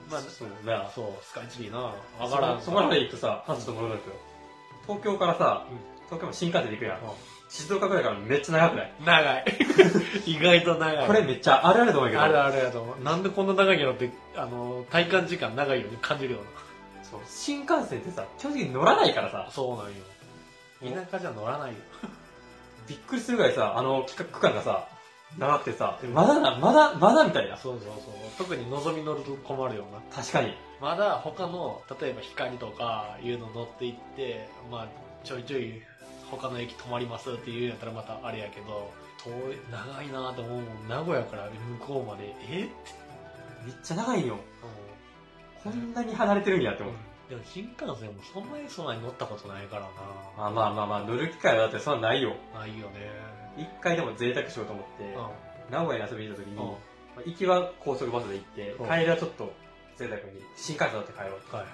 まあ、 そうだ。 そう、スカイツリーな。上がらん。 そこまで行くとさ、話と戻るんですよ。東京からさ、東京も新幹線で行くやん。静岡ぐらいからめっちゃ長くない？ 長い。意外と長い。 これめっちゃあるあると思うけど。 あるあるやと思う。なんでこんな長いのって、体感時間長いように感じるような。 そう、新幹線ってさ、基本的に乗らないからさ。 そうなんよ。田舎じゃ乗らないよ。 びっくりするぐらいさ、区間がさ、長くてさ、まだみたいな。 そうそうそう。特にのぞみ乗ると困るよな。 確かに。 まだ他の、例えば光とかいうの乗っていって、まあ、ちょいちょい他の駅止まりますっていうんやったらまたあれやけど、遠い、長いなと思うもん。名古屋から向こうまで、って。 めっちゃ長いよ。こんなに離れてるんやって思う。 でも新幹線もそんなに乗ったことないからな。 まあ、乗る機会はだってそんなないよ。 ないよね。 一回でも贅沢しようと思って、名古屋に遊びに行った時に、行きは高速バスで行って、帰りはちょっと贅沢に新幹線乗って帰ろうと。はいはい、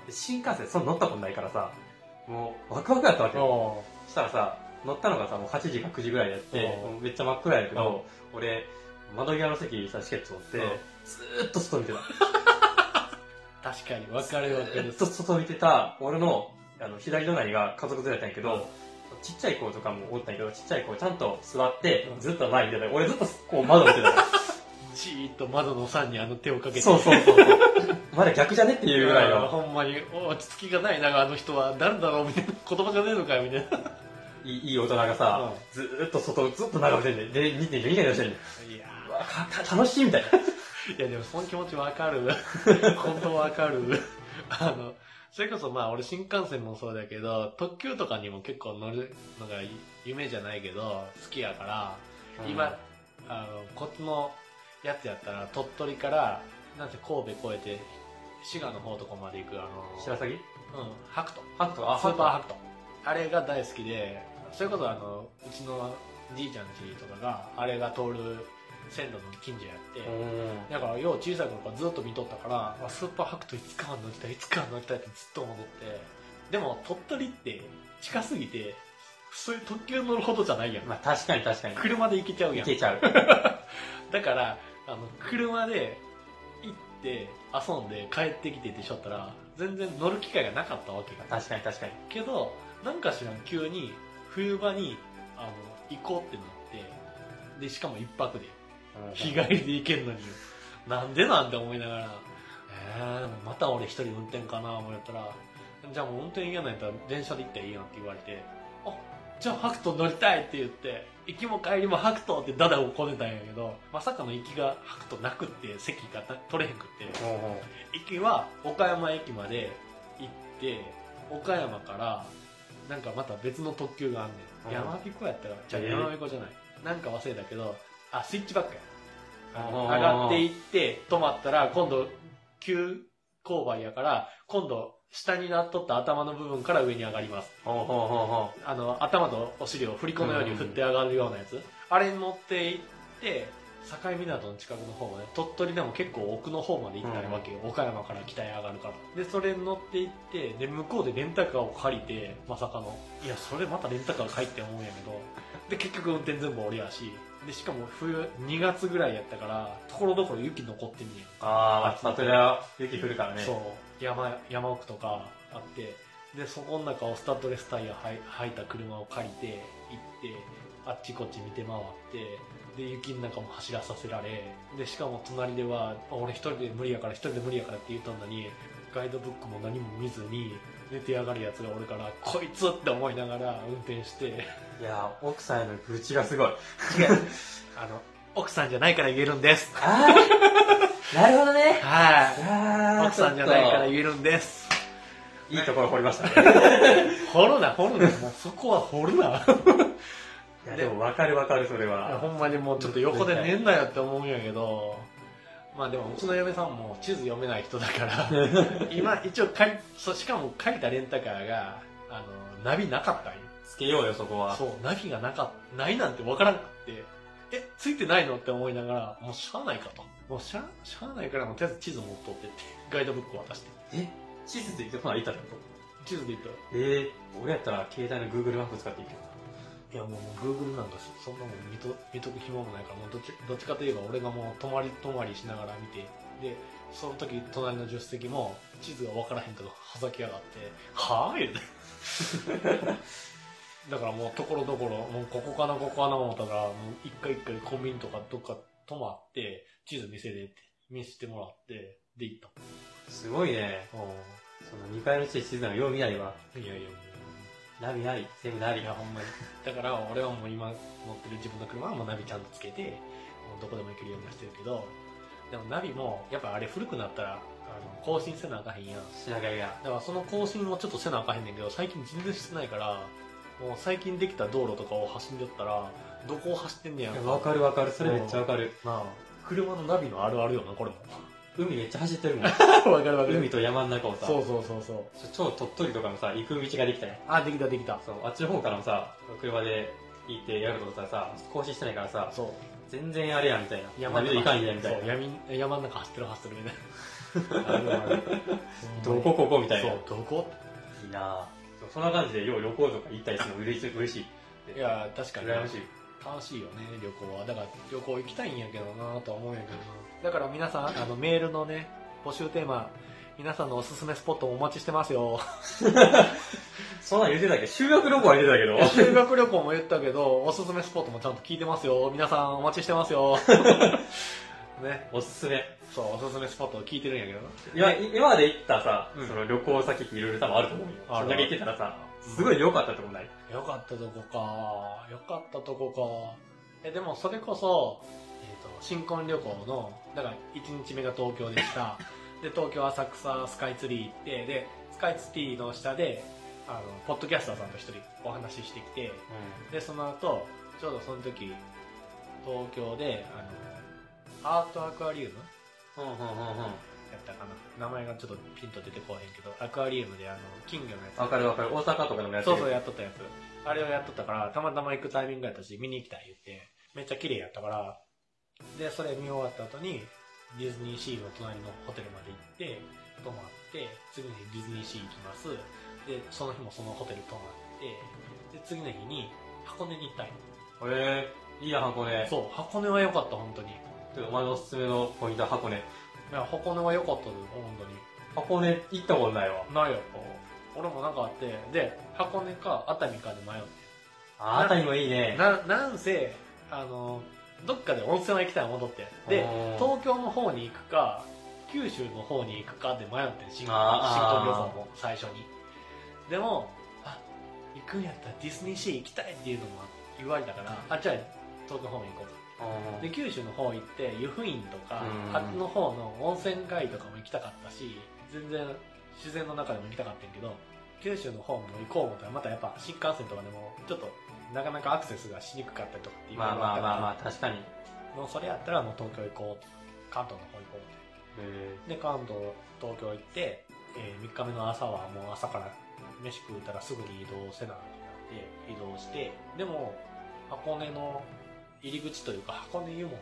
新幹線そんな乗ったことないからさ、もうワクワクやったわけよ。そしたらさ、乗ったのがさ、もう8時か9時ぐらいやって、めっちゃ真っ暗やけど、俺、窓際の席さ、チケット取って、ずーっと外見てた。 確かに、わかるわかる。 ずっと外見てた、俺の左隣が家族連れだったんやけど、ちっちゃい子とかもおったんやけど、ちっちゃい子ちゃんと座って、ずっと前に出た。俺ずっとこう窓見てた。 じーっと窓の桟に手をかけて。 そう。まだ逆じゃねっていうぐらいの。 ほんまに落ち着きがないな、あの人は。誰だろうみたいな。言葉じゃねえのかよ、みたいな。 いい大人がさ、ずーっと外、ずっと眺めてんで、見てんじゃん、イライラしてんねん。 いや楽しいみたいな。 いやでもその気持ちわかる。本当わかる。それこそまあ俺新幹線もそうだけど、特急とかにも結構乗るのが夢じゃないけど、好きやから、今、こっちのやつやったら鳥取から、なんて神戸越えて、滋賀の方とかまで行く白鷺？ 白斗。 白斗、 スーパー白斗。あれが大好きで、それこそうちのじいちゃん家とかが、あれが通る線路の近所やって、だからよう小さい頃からずっと見とったから、スーパー白斗いつかは乗りたいってずっと思って、でも鳥取って近すぎて、そういう特急乗るほどじゃないやん。 まあ確かに。 車で行けちゃうやん。 行けちゃう。 だから、車で行って遊んで帰ってきてってしょったら、全然乗る機会がなかったわけが。 確かに。 けど、なんか知らん急に冬場に行こうってなって、で、しかも一泊で。日帰りで行けんのに、なんでなんて思いながら、また俺一人運転かな思ったら、じゃあもう運転嫌なんやったら電車で行ったらいいやんって言われて、じゃあ白斗乗りたいって言って、行きも帰りも白斗ってダダをこねたんやけど、まさかの行きが白斗なくって席が取れへんくって、行きは岡山駅まで行って、岡山からなんかまた別の特急があんねん。山彦やったら、じゃあ山彦じゃない。なんか忘れたけど、スイッチバックや。上がっていって、止まったら、今度、急勾配やから、今度、下になっとった頭の部分から上に上がります。頭とお尻を振り子のように振って上がるようなやつ。あれに乗っていって、境港の近くの方まで、鳥取でも結構奥の方まで行ったわけよ。岡山から北へ上がるから。で、それに乗っていって、で、向こうでレンタカーを借りて、まさかの。いや、それまたレンタカー借りって思うんやけど。で、結局運転全部俺やし。で、しかも冬2月ぐらいやったから、ところどころ雪残ってんねん。 それは雪降るからね。 そう。山奥とかあって、で、そこの中をスタッドレスタイヤ履いた車を借りて、行って、あっちこっち見て回って、で、雪の中も走らさせられ、で、しかも隣では、俺一人で無理やからって言ったのに、ガイドブックも何も見ずに、寝てやがるやつがおるから、こいつって思いながら運転して。 いや、奥さんへの愚痴がすごい。違う。 奥さんじゃないから言えるんです。 なるほどね。 はい。奥さんじゃないから言えるんです。 いいところ掘りましたね。 掘るな。もうそこは掘るな。 いや、でも分かるそれは。 ほんまにもうちょっと横で寝んなよって思うんやけど、まあでもうちの嫁さんも地図読めない人だから、今一応しかも借りたレンタカーが、ナビなかったんよ。 つけようよ、そこは。 そう、ナビがないなんて分からんくって、ついてないのって思いながら、もうしゃあないかと。もうしゃあないから、とりあえず地図持っとってって、ガイドブック渡して。 地図で行ってこない行ったってこと？ 地図で行った。 俺やったら携帯の Google マップ使って行くよ。 いやもう Google なんかそんなもん見とく暇もないから、もうどっちかといえば俺がもう泊まりしながら見て、でその時隣の助手席も地図が分からへんけどはざきやがってはぁ言うてだからもうところどころもうここかな思ったらもう一回コンビニとかどっか泊まって地図見せてもらってで行った。 すごいね。その2階の地図なんかよう見ないわ。 いやナビない全部ない。 いやほんまにだから俺はもう今乗ってる自分の車はもうナビちゃんとつけてもうどこでも行けるようにはしてるけど、でもナビもやっぱあれ古くなったら更新せなあかへんやん。 しながらや。 だからその更新をちょっとせなあかへんねんけど、最近全然してないから、もう最近できた道路とかを走んでったらどこを走ってんねやんか。 わかるそれめっちゃわかる。 なあ車のナビのあるあるよなこれも。 海めっちゃ走ってるもん。 わかる海と山の中をさ。 そう超鳥取とかもさ行く道ができたね。 あ、できたそうあっちの方からもさ車で行ってやることさ更新してないからさ、 そう全然あれやみたいな。 山ナビで行かんやみたいな。 そう山の中走ってるみたいな。あるどこみたいな。 そうどこいいなぁ。そんな感じでよう旅行とか行ったりするの嬉しい。 いや確かに羨ましい。 楽しいよね旅行は。だから旅行行きたいんやけどなとは思うんやけどな。だから皆さんメールのね募集テーマ、皆さんのおすすめスポットをお待ちしてますよ。 そんなん言ってたっけ？修学旅行は言ってたけど。 修学旅行も言ったけど、おすすめスポットもちゃんと聞いてますよ。皆さんお待ちしてますよ。ね。 おすすめ。 そう、おすすめスポットを聞いてるんやけどな。 今まで行ったさ、 うん、 その旅行先っていろいろ多分あると思うよ。そんだけ行ってたらさ、すごい良かったとこない？ 良かったとこか。でもそれこそ、新婚旅行の、だから1日目が東京でした。で、東京浅草スカイツリー行って、で、スカイツリーの下で、ポッドキャスターさんと一人お話ししてきて、で、その後、ちょうどその時、東京で、アートアクアリウムやったかな。名前がちょっとピンと出てこへんけど、アクアリウムで金魚のやつ。 わかる。大阪とかでもやってる。 そう、やっとったやつ。あれをやっとったから、たまたま行くタイミングやったし、見に行きたい言って、めっちゃ綺麗やったから、で、それ見終わった後に、ディズニーシーの隣のホテルまで行って、泊まって、次の日ディズニーシー行きます。で、その日もそのホテル泊まって、で、次の日に箱根に行ったんよ。 いいな、箱根。 そう、箱根は良かった、本当に。 お前のおすすめのポイントは箱根。いや、箱根は良かったよ、本当に。 箱根行ったことないわ。 ないよ。俺もなんかあって、で、箱根か熱海かで迷って。 熱海もいいね。 なんせ、どっかで温泉は行きたい思っとって。で、東京の方に行くか、九州の方に行くかで迷って新婚旅行も最初に。でも、行くんやったらディズニーシー行きたいっていうのも言われたから、じゃあ東京方面行こうか。で、九州の方行って、湯布院とか、あっちの方の温泉街とかも行きたかったし、全然自然の中でも行きたかったんやけど、九州の方も行こう思ったら、またやっぱ新幹線とかでも、ちょっと、なかなかアクセスがしにくかったりとかっていうのがあったから、 まあ、確かに。 もうそれやったらもう東京行こう。関東の方行こうって。で、関東、東京行って、3日目の朝はもう朝から飯食うたらすぐに移動せなあかんって、移動して、でも、箱根の入り口というか、箱根湯本やった。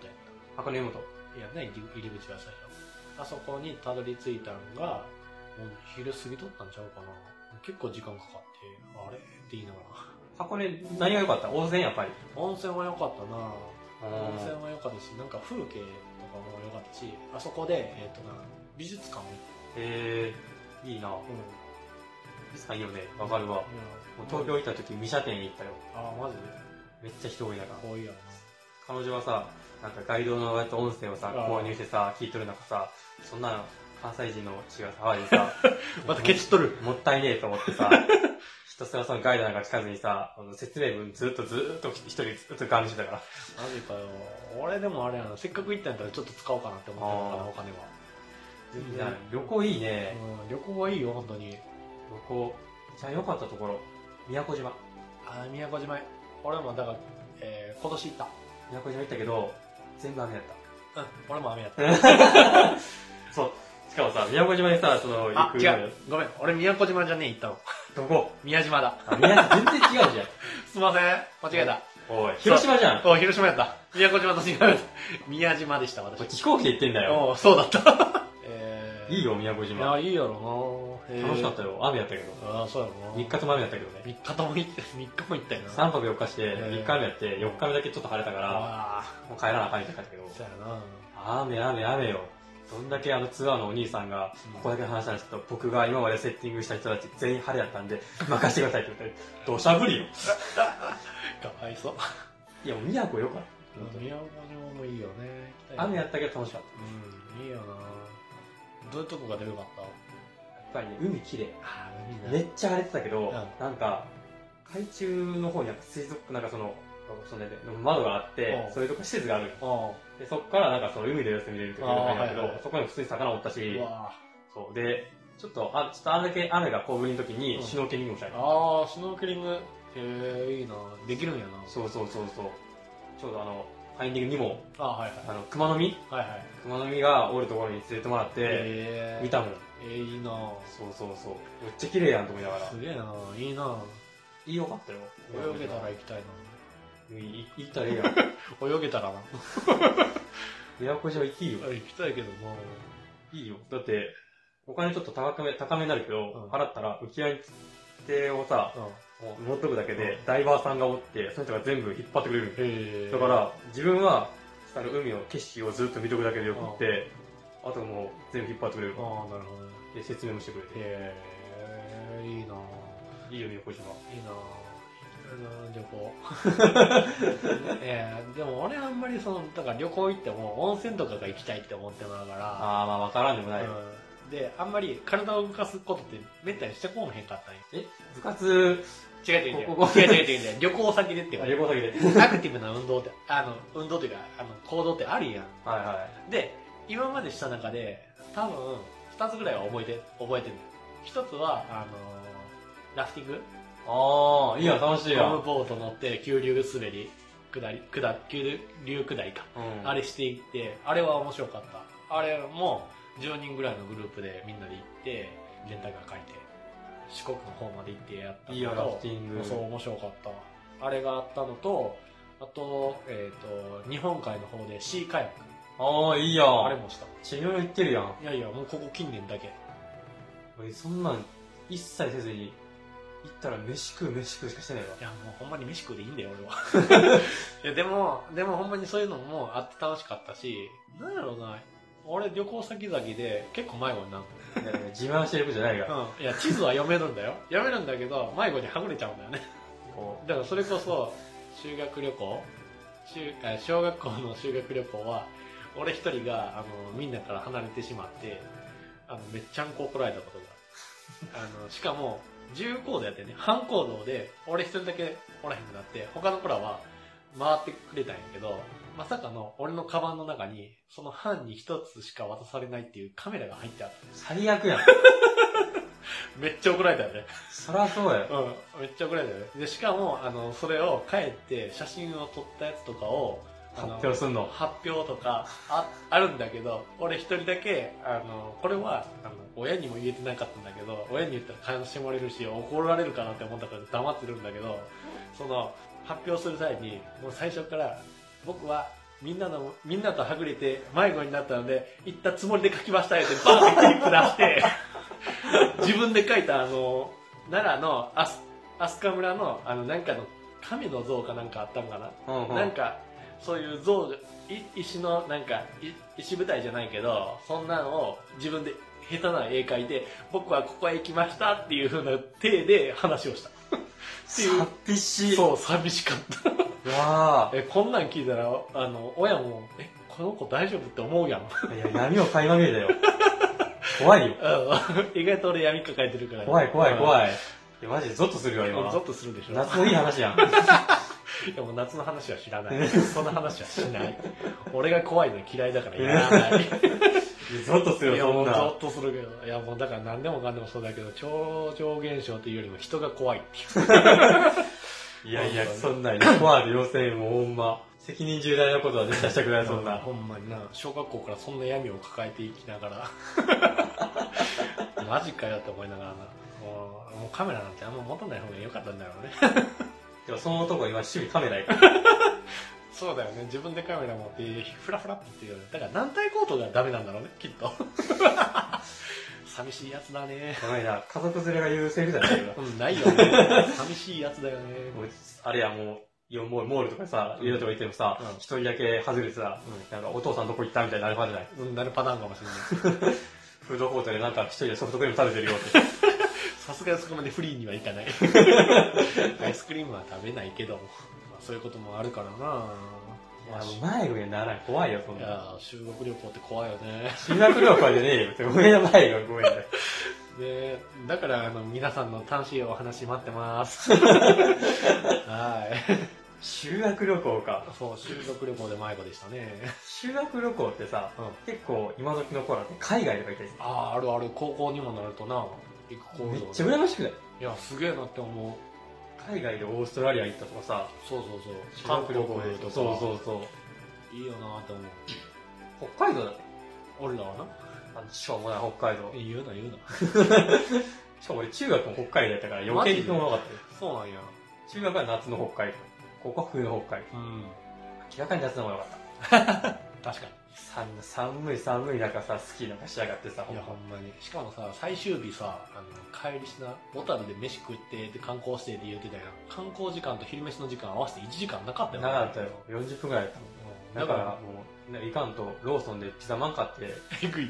箱根湯本？ いや、ね、入り口は最初。あそこにたどり着いたのが、もう昼過ぎとったんちゃうかな。結構時間かかって、あれって言いながら。 箱根、何が良かった？温泉やっぱり。 温泉は良かったな。温泉は良かったし、なんか風景とかも良かったし、あそこで、美術館もいいな。美術館いいよね。わかるわ。東京行った時、ミシャ店行ったよ。 マジでめっちゃ人多い中。 多いやろな。 彼女はさ、なんかガイドの音声をさ、購入してさ、聞いとる中さ、そんな関西人の血が騒いでさ、 またケチっとる。 もったいねえと思ってさ、ひたすらそのガイドなんか聞かずにさ、説明文ずっと一人ずっとガン見してたから。 マジかよ。俺でもあれやな、せっかく行ったんやったらちょっと使おうかなって思ってたから、お金は。 いや、旅行いいね。 旅行はいいよ、本当に。 旅行。じゃあ良かったところ、宮古島。 宮古島。俺もだから、今年行った。 宮古島行ったけど、全部雨やった。 俺も雨やった。 そう。しかもさ、宮古島にさ、行く。 違う。ごめん。俺宮古島じゃねえ行ったの。 どこ？ 宮島だ。 宮島全然違うじゃん。 すいません。間違えた。 おい、広島じゃん。 広島やった。宮古島と違う。宮島でした、私。 飛行機で行ってんだよ。 そうだった。 いいよ、宮古島。 いや、いいやろな。 楽しかったよ。雨やったけど。 ああ、そうやろな。 3日とも雨やったけどね。 3日とも行って、3日も行ったよな。 3泊4日して、3日雨やって、4日目だけちょっと晴れたから、もう帰らなあかんって帰ったけど。 そうやな。 雨よ。どんだけツアーのお兄さんが、ここだけ話したんですけど、僕が今までセッティングした人たち全員晴れやったんで、任せてくださいって言って、土砂降りよ。 かわいそう。 いや、もう宮古よかった。 宮古島もいいよね。 雨やったけど楽しかった。 うん、いいよな。どういうとこが出るかった？ やっぱりね、海綺麗。 ああ、海めっちゃ晴れてたけど、 うんなんか、海中の方に水族、なんかその窓があって、そういうとこ施設がある。で、そこからなんかその海の様子見れるところがあるんだけど、そこに普通に魚おったし、そう。で、ちょっとあれだけ雨が小降りの時にシュノーケリングもしたい。 ああ、シュノーケリング。へえ、いいな。できるんやな。 そう。ちょうどファインディングにも、熊の実熊の実がおるところに連れてもらって、見たもん。 いいな。 そう。めっちゃ綺麗やんと思いながら。 すげえな。いいな。 よかったよ。 泳げたら行きたいな。 行ったらええやん。 泳げたらな。 宮古島行きよ。 行きたいけども。 いいよ。だって、お金ちょっと高めになるけど、払ったら浮き輪手をさ、持っとくだけで、ダイバーさんがおって、その人が全部引っ張ってくれる。だから、自分は、海の景色をずっと見とくだけでよくって、あともう全部引っ張ってくれる。 ああ、なるほどね。 で、説明もしてくれて。 いいな。 いいよ、宮古島。 いいな。旅行。でも俺あんまりだから旅行行っても温泉とかが行きたいって思ってもらうから。 ああ、まあわからんでもないよ。 で、あんまり体を動かすことってめったにしてこうへんかったんよ。 部活、 違う。旅行先でって旅行先で。 アクティブな運動って、運動というか、行動ってあるやん。で、今までした中で、多分、2つぐらいは覚えてるのよ。1つは、ラフティング。 ああ、いいや、楽しいや。 ゴムボート乗って、急流滑り、急流下りか。あれしていって、あれは面白かった。あれも、10人ぐらいのグループでみんなで行って、レンタカー借りて、四国の方まで行ってやったのと。 いいや、ラフティング。 そう、面白かった。あれがあったのと、あと、日本海の方でシーカヤック。 ああ、いいやん。 あれもした。 いろいろ行ってるやん。 いや、もうここ近年だけ。 俺、そんなん一切せずに、行ったら飯食うしかしてないわ。 いや、もうほんまに飯食うでいいんだよ、俺は。いや、でもほんまにそういうのもあって楽しかったし、なんやろうな、俺旅行先々で結構迷子になるんだよ。自慢してることじゃないから。 いや、地図は読めるんだよ。読めるんだけど、迷子にはぐれちゃうんだよね。だからそれこそ、修学旅行小学校の修学旅行は、俺一人が、みんなから離れてしまって、めっちゃんこ怒られたことが。しかも、自由行動やってね、半行動で、俺一人だけおらへんくなって、他の子らは回ってくれたんやけど、まさかの俺のカバンの中に、その班に一つしか渡されないっていうカメラが入ってあった。 最悪やん。 めっちゃ怒られたよね。 そりゃそうや。 めっちゃ怒られたよね。で、しかも、それを帰って写真を撮ったやつとかを、 発表すんの発表とかあるんだけど、俺一人だけ、これは、親にも言えてなかったんだけど、親に言ったら悲しまれるし、怒られるかなって思ったから黙ってるんだけど、発表する際に、もう最初から、僕は、みんなとはぐれて迷子になったので、行ったつもりで書きましたよって、バーンってクリップ出して、自分で書いた、奈良の飛鳥村の、なんかの、亀の像かなんかあったんかな、なんか、そういう像が、石のなんか、石舞台じゃないけど、そんなのを自分で下手な絵描いて、僕はここへ行きましたっていう風な体で話をした。 寂しい。 そう、寂しかった。 わこんなん聞いたら、親も、この子大丈夫って思うやん。 いや、闇を垣間見るだよ。怖いよ。 意外と俺闇抱えてるから。 怖い。いや、マジでゾッとするよ、今。 ゾッとするでしょ。 夏のいい話やん。 でも夏の話は知らない。そんな話はしない。俺が怖いの嫌いだからやらない。 ゾッとするよ、そんな。 ゾッとするけど。いや、もうだから何でもかんでもそうだけど、超常現象というよりも人が怖いっていう。 いや、そんなん怖いで要請もほんま。責任重大なことは絶対したくない、そんな。 ほんまにな、小学校からそんな闇を抱えていきながら。マジかよって思いながらな。もうカメラなんてあんま持たない方が良かったんだろうね。 でもその男今趣味カメラやから。 そうだよね。自分でカメラ持ってフラフラって言ってるよね。だから軟体コートがダメなんだろうね、きっと。寂しいやつだね。 この間、家族連れが言うセリフじゃないよ。 うん、ないよね。寂しいやつだよね。 あれやもう、モールとかさ、いろいろとか行ってもさ、一人だけ外れてさ、なんかお父さんどこ行ったみたいになるパターンじゃない？ なるパターンかもしれない。 フードコートでなんか一人でソフトクリーム食べてるよって。 さすがにそこまでフリーにはいかない。アイスクリームは食べないけども、そういうこともあるからな。 迷子にならない。怖いよ、そんな。 いや修学旅行って怖いよね。 修学旅行でねえよ。上の迷子ごめんね。 で、だから皆さんの楽しいお話待ってます。はい。 修学旅行か。 そう、修学旅行で迷子でしたね。 修学旅行ってさ、結構今時の頃って海外とか行ったりする。 ああ、あるある。高校にもなるとな、行く行動。 めっちゃ羨ましくない？ いや、すげえなって思う。 海外でオーストラリア行ったとかさ、 そうそうそう。 修学旅行でとか。そうそうそう。 いいよなって思う。 北海道だね。 俺らはな。 しょうもない北海道。 言うな言うな。 しかも俺中学も北海道やったから余計にもなかったよ。 そうなんや。 中学は夏の北海道。ここは冬の北海道。明らかに夏の方が良かった。確かに。寒い中さ、スキーなんかしやがってさ、 いやほんまに。しかもさ、最終日さ、帰りしな、小樽で飯食ってで観光してって言ってたやん。観光時間と昼飯の時間合わせて1時間なかったよ。 なかったよ。40分くらいやったもん。だからもう、いかんとローソンでピザマン買って、 えぐい。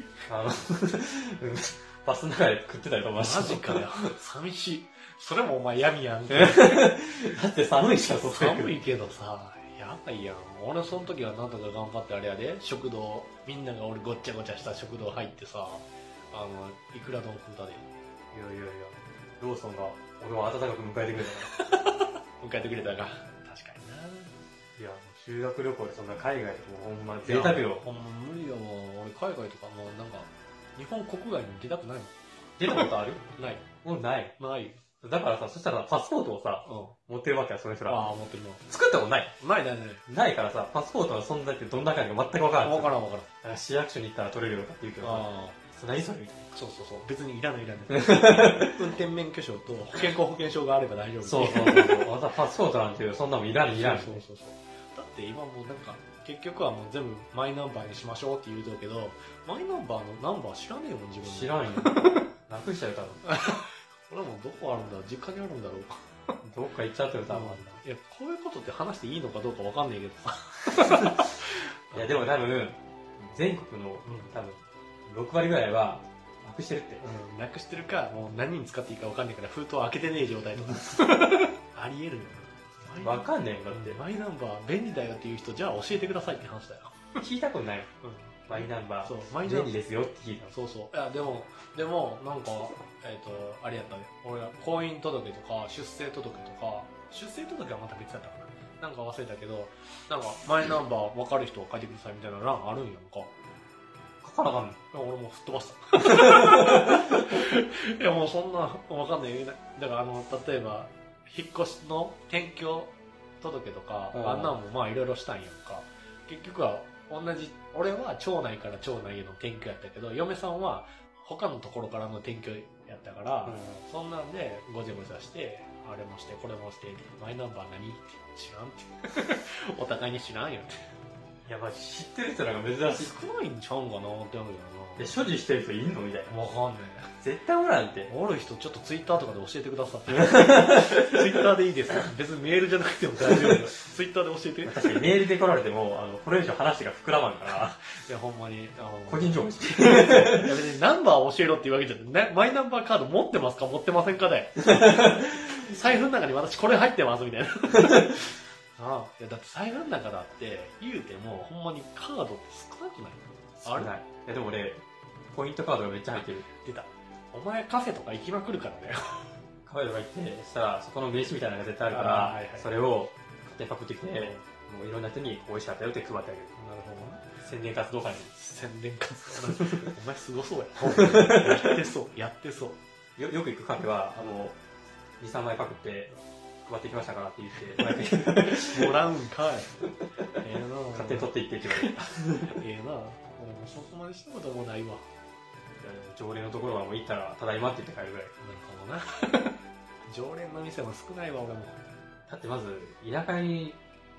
バスの中で食ってたりとかマジかよ。寂しい。それもお前闇やん。だって寒いじゃん、 寒いけどさ、やばいやん。俺その時はなんとか頑張ってあれやで、食堂、みんなが俺ごっちゃごちゃした食堂入ってさ、いくら丼食うたで。 いや、ローソンが俺を温かく迎えてくれたから。 迎えてくれたか。確かにな。 いや、修学旅行でそんな海外とかほんま贅沢よ。 ほんま無理よ、もう。俺海外とかもうなんか、日本国外に出たくないもん。 出たことある？ ない。 もうない。 ない。 だからさ、そしたらパスポートをさ、持ってるわけや、それすら。 ああ、持ってるの。 作ったことない。 ないからさ、パスポートの存在ってどんな感じか全く分からん。 分からん。 だから市役所に行ったら取れるよとかって言うけどさ、何それみたいな。 そう。別にいらない。運転免許証と健康保険証があれば大丈夫。 そう。またパスポートなんていうそんなもんいらん。そう。だって今もうなんか、結局はもう全部マイナンバーにしましょうって言うとるけど、マイナンバーのナンバー知らねえもん、自分で。 知らんよ。なくしちゃう多分。 俺もどこあるんだ、実家にあるんだろうか。 どっか行っちゃってる多分。 いや、こういうことって話していいのかどうかわかんないけどさ。 いや、でも多分、全国の多分、6割ぐらいは、なくしてるって。 なくしてるか、もう何に使っていいかわかんないから封筒開けてねえ状態とか。ありえるよな。わかんねえもんだって。 マイナンバー便利だよっていう人、じゃあ教えてくださいって話だよ。 聞いたことない。マイナンバー。そう、マイナンバー。便利ですよって聞いた。 そう。いや、でも、なんか、あれやったね。俺ら、婚姻届とか、出生届とか、出生届はまた別だったかな。なんか忘れたけど、なんか、マイナンバー分かる人書いてくださいみたいな欄あるんやんか。 書かなあかんの？ 俺もう吹っ飛ばした。いや、もうそんな、わかんない。だから例えば、引っ越しの転居届とか、あんなんもまあいろいろしたんやんか。結局は、俺は町内から町内への転居やったけど、嫁さんは他のところからの転居やったから、そんなんでごちゃごちゃして、あれもして、これもして、マイナンバー何って知らんって。お互いに知らんよって。 やばい、知ってる人なんか珍しい。 少ないんちゃうんかなって思うけどな。 所持してる人いんのみたいな。 わかんねえ。絶対おらんて。 おる人ちょっとツイッターとかで教えてください。ツイッターでいいです。別にメールじゃなくても大丈夫です。ツイッターで教えて。 確かにメールで来られても、これ以上話が膨らまんから。 いや、ほんまに。 個人情報いや、別にナンバー教えろっていうわけじゃない。マイナンバーカード持ってますか持ってませんかで。財布の中に私これ入ってますみたいな。いや、だって財布の中だって言うても、ほんまにカードって少なくない？ 少ない。いや、でも俺、ポイントカードがめっちゃ入ってる。 出た。お前カフェとか行きまくるからね。 カフェとか行って、したら、そこの名刺みたいなのが絶対あるから、それを勝手にパクってきて、もういろんな人に美味しかったよって配ってあげる。 なるほどね。 宣伝活動家に。 宣伝活動お前すごそうや。やってそう。やってそう。 よく行くカフェは、2、3枚パクって配ってきましたからって言って、 もらうんかい。 勝手に取っていってって言われた。 ええな。そこまでしたこともないわ。 常連のところはもう行ったら、ただいまって言って帰るぐらい。 なるほどな。常連の店も少ないわ、俺も。 だってまず、田舎に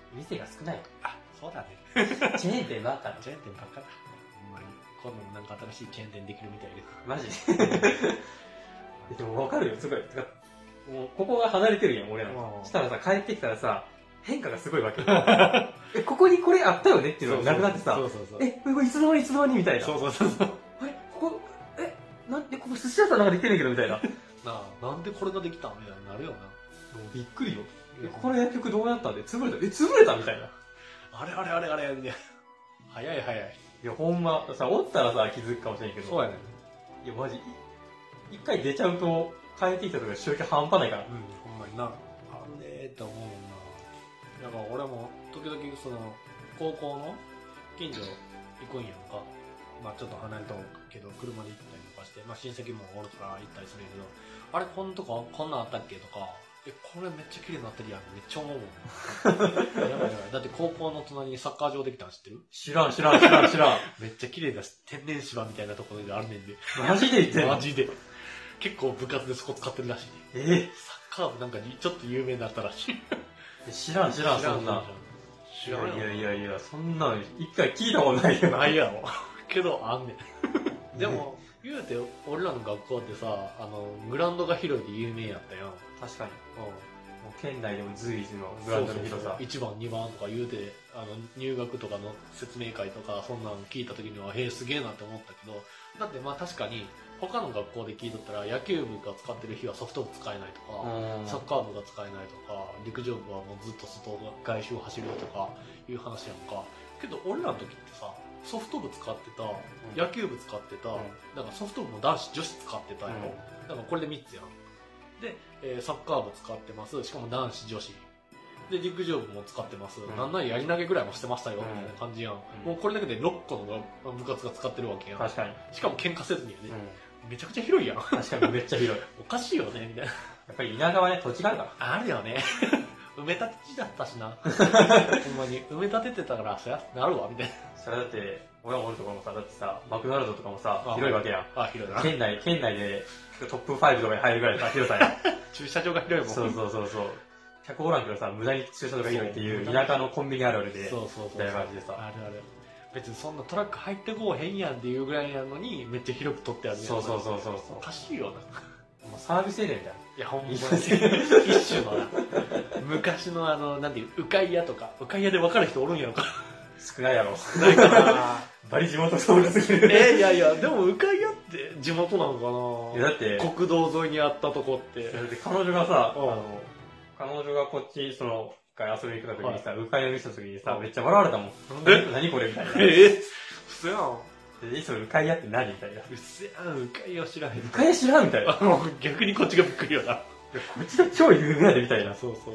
店が少ない。 あ、そうだね。 チェーン店ばっかだ。 チェーン店ばっかだ。ほんまに。今度もなんか新しいチェーン店できるみたいで。 マジででも分かるよ、すごい。もう、ここが離れてるやん、俺ら。したらさ、帰ってきたらさ、変化がすごいわけ。ここにこれあったよねっていうのがなくなってさ、これいつの間にみたいな。 そうそうそう。 あれここ、なんでここ寿司屋さんなんかできてんねんけどみたいな。 なあ、なんでこれができたんみたいになるよな。 びっくりよ。この薬局どうなったんで潰れた潰れたみたいな。 あれみたいな。早い。 いや、ほんま、さ、おったらさ、気づくかもしれんけど。 そうやね。 いや、マジ、一回出ちゃうと、帰ってきた時は収益半端ないから。 ほんまにな。あんねーって思うもんな。だから俺も、時々その、高校の近所行くんやんか。まあちょっと離れたけど、車で行ったりとかして、まあ親戚もおるから行ったりするけど、あれ、こんなとここんなんあったっけとか、これめっちゃ綺麗になってるやん。めっちゃ思うもん。やばい。だって高校の隣にサッカー場できたの知ってる？ 知らん。 めっちゃ綺麗だし、天然芝みたいなところであるねんで。 マジで言ってんの？ マジで。結構部活でそこ使ってるらしいね。 サッカー部なんかにちょっと有名になったらしい。 知らん、そんな。 知らん。 いや、そんなの一回聞いたことないよ。 ないやろ。けど、あんねん。でも、言うて、俺らの学校ってさ、グラウンドが広いで有名やったやん。 確かに。もう県内でも随一のグラウンドの広さ。 1番、2番とか言うて、入学とかの説明会とか、そんなん聞いた時には、へえ、すげえなって思ったけど、だってまあ確かに、他の学校で聞いとったら、野球部が使ってる日はソフト部使えないとか、サッカー部が使えないとか、陸上部はもうずっと外周を走るとかいう話やんか。けど俺らの時ってさ、ソフト部使ってた、野球部使ってた、だからソフト部も男子女子使ってたよ。だからこれで3つやん。で、サッカー部使ってます。しかも男子女子。で、陸上部も使ってます。なんならやり投げぐらいもしてましたよ、みたいな感じやん。もうこれだけで6個の部活が使ってるわけやん。 確かに。 しかも喧嘩せずにやね。めちゃくちゃ広いやん。 確かにめっちゃ広い。 おかしいよね、みたいな。 やっぱり田舎はね、土地があるから。 あるよね。埋め立て地だったしな。ほんまに。埋め立ててたから、そりゃなるわ、みたいな。 それだって、俺がおるところもさ、だってさ、マクドナルドとかもさ、広いわけやん。 広いな。 県内でトップ5とかに入るぐらいの広さやん。 駐車場が広いもん。 そう。客おらんけどさ、無駄に駐車場が広いっていう田舎のコンビニあるあるで、みたいな感じでさ。 ある。別にそんなトラック入ってこうへんやんっていうぐらいなのに、めっちゃ広く取ってあるやん。 そう。 おかしいよな。 もうサービスエリアみたいな。 いや、ほんまに。一種のな、昔のなんていう、うかい屋とか、うかい屋で分かる人おるんやろか。 少ないやろ。 ないかな。 バリ地元ソウルすぎる。 いや、でもうかい屋って地元なのかな。 だって、 国道沿いにあったとこって。 それで彼女がさ、彼女がこっち、遊びに来た時にさ、うかいを見せた時にさ、めっちゃ笑われたもん。何これみたいな。 嘘やん。 それうかい屋って何みたいな。 嘘やん、うかい屋知らへん。 うかい屋知らんみたいな。 逆にこっちがびっくりよな。 こっちが超有名やでみたいな。 そう。いやー、困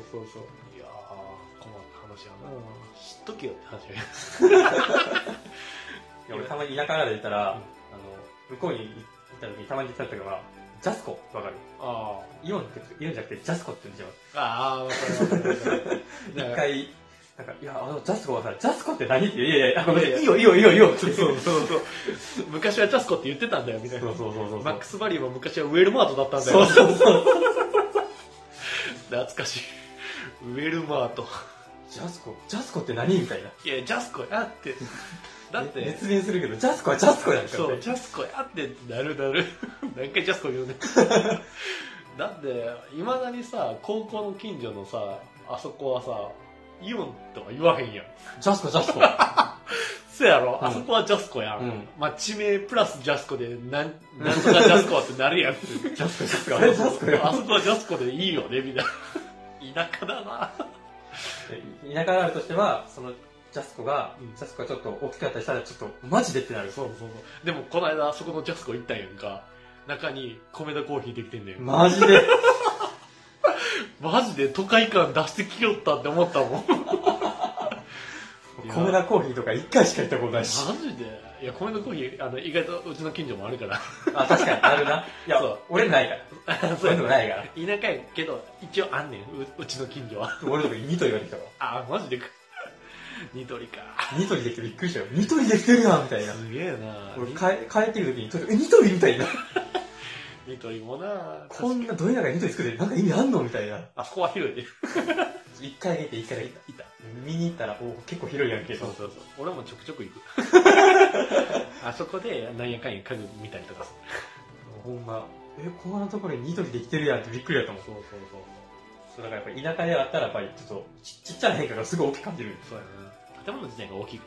った話やな。知っとけよって話や。 俺たまに田舎から出たら、向こうに行った時にたまに言ってたのが、ジャスコわかる？イオンって言うんじゃなくてジャスコって言うんじゃん。 わかる。 一回、いや、ジャスコはさ、ジャスコって何っていや、いいよって。 そう。昔はジャスコって言ってたんだよ、みたいな。 そう。 マックスバリューも昔はウェルマートだったんだよ。そう。懐かしい。ウェルマート。 ジャスコって何みたいな。 いや、ジャスコやって。だって。 熱弁するけど、ジャスコはジャスコやんか。 そう、ジャスコやってなる。何回ジャスコ言うね。だって、未だにさ、高校の近所のさ、あそこはさ、イオンとは言わへんやん。 ジャスコ。 そうやろ、あそこはジャスコやん。まあ、地名プラスジャスコで、なんとかジャスコってなるやん。ジャスコ。あれジャスコやん。 あそこはジャスコでいいよね、みたいな。田舎だな。 田舎があるとしては、その、ジャスコがちょっと大きくなったりしたら、ちょっと、マジでってなる。 そう。でも、この間、そこのジャスコ行ったんやんか。中に、米田コーヒーできてんねん。 マジでマジで都会感出してきよったって思ったもん。 米田コーヒーとか一回しか行ったことないし。 マジで？いや、米田コーヒー、意外とうちの近所もあるから。 あ、確かに、あるな。いや、俺ないから。そういうのないから。 田舎やけど、一応あんねん、うちの近所は。 俺とかニトリができたから。 あ、マジでか。ニトリか。 ニトリできてびっくりしたよ。ニトリできてるやんみたいな。 すげえな。 俺帰ってる時に、ニトリみたいな。 ニトリもな、 こんなどれながニトリ作ってなんか意味あんのみたいな。 あそこは広いで。 一回だけ行った。 見に行ったら、結構広いやんけ。 そうそうそう。俺もちょくちょく行く。あそこでなんやかんや家具見たりとかする。 ほんま、こんなところにニトリできてるやんってびっくりやったもん。 そうそうそう。 そうだからやっぱ田舎であったらやっぱりちょっとちっちゃな変化がすごい大きく感じる。 そうやな。建物自体が大きいから。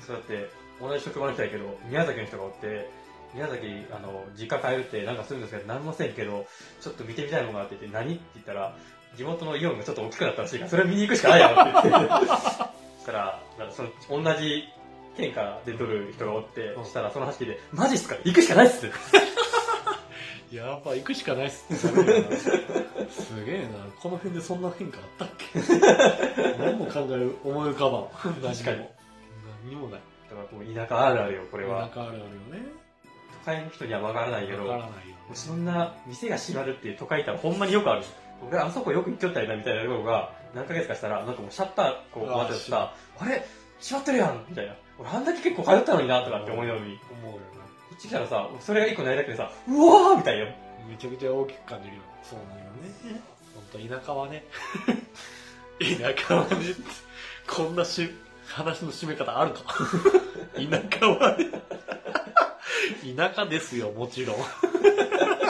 そうやって同じ職場の人やけど宮崎の人がおって宮崎実家帰るってなんかするんですけど何もせんけどちょっと見てみたいものがあって言って何って言ったら地元のイオンがちょっと大きくなったらしいからそれを見に行くしかないやろって言ってそしたらその同じ県から出とる人がおってそしたらその話聞いてマジっすか行くしかないっすやばい行くしかないっすすげえなこの辺でそんな変化あったっけ何も考える思い浮かばん確かに何にもないだからもう田舎あるあるよこれは田舎あるあるよね都会の人には分からないけど分からないよ、ね、 そんな店が閉まるっていう都会行ったらほんまによくある俺あそこよく行っちゃったりなみたいなところが何ヶ月かしたらなんかもうシャッターこう待ってたらあれ閉まってるやんみたいな俺あんだけ結構通ったのになとかって思いながらに思うよねこっち来たらさそれが一個ないだけでさうわーみたいなめちゃくちゃ大きく感じるよそうなんよね本当田舎はね田舎はねこんな話の締め方あるか田舎はね田舎ですよもちろん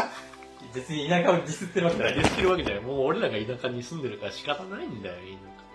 別に田舎をディスってるわけじゃないディスってるわけじゃないもう俺らが田舎に住んでるから仕方ないんだよ田舎